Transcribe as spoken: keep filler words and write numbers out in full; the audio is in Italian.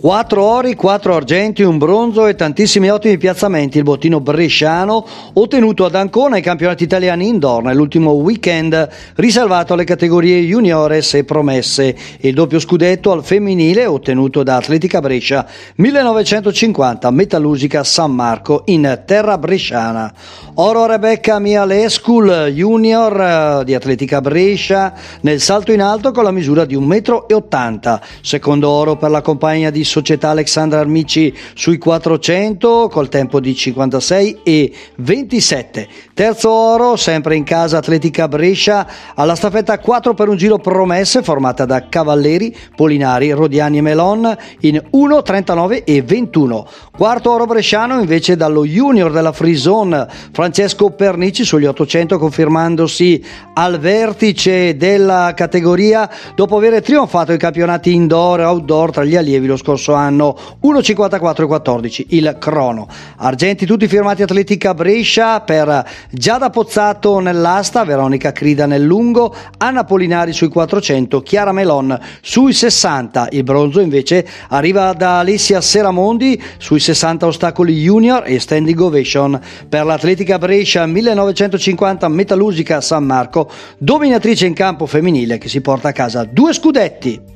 Quattro ori, quattro argenti, un bronzo e tantissimi ottimi piazzamenti il bottino bresciano ottenuto ad Ancona ai campionati italiani indoor nell'ultimo weekend, riservato alle categorie juniores e promesse, e il doppio scudetto al femminile ottenuto da Atletica Brescia millenovecentocinquanta Metallurgica San Marco in terra bresciana. Oro a Rebecca Mialescu junior di Atletica Brescia nel salto in alto con la misura di un metro e ottanta. Secondo oro per la compagna di società Alexandra Armici sui quattrocento col tempo di cinquantasei e ventisette. Terzo oro sempre in casa Atletica Brescia alla staffetta quattro per un giro promesse formata da Cavalleri, Polinari, Rodiani e Melon in uno trentanove e ventuno. Quarto oro bresciano invece dallo junior della Free Zone Francesco Pernici sugli ottocento, confermandosi al vertice della categoria dopo aver trionfato i campionati indoor e outdoor tra gli allievi lo scorso anno. uno cinquantaquattro e quattordici il crono. Argenti tutti firmati Atletica Brescia per Giada Pozzato nell'asta, Veronica Crida nel lungo, Anna Polinari sui quattrocento, Chiara Melon sui sessanta. Il bronzo invece arriva da Alessia Seramondi sui sessanta ostacoli junior e standing ovation per l'Atletica Brescia millenovecentocinquanta Metallurgica San Marco, dominatrice in campo femminile che si porta a casa due scudetti.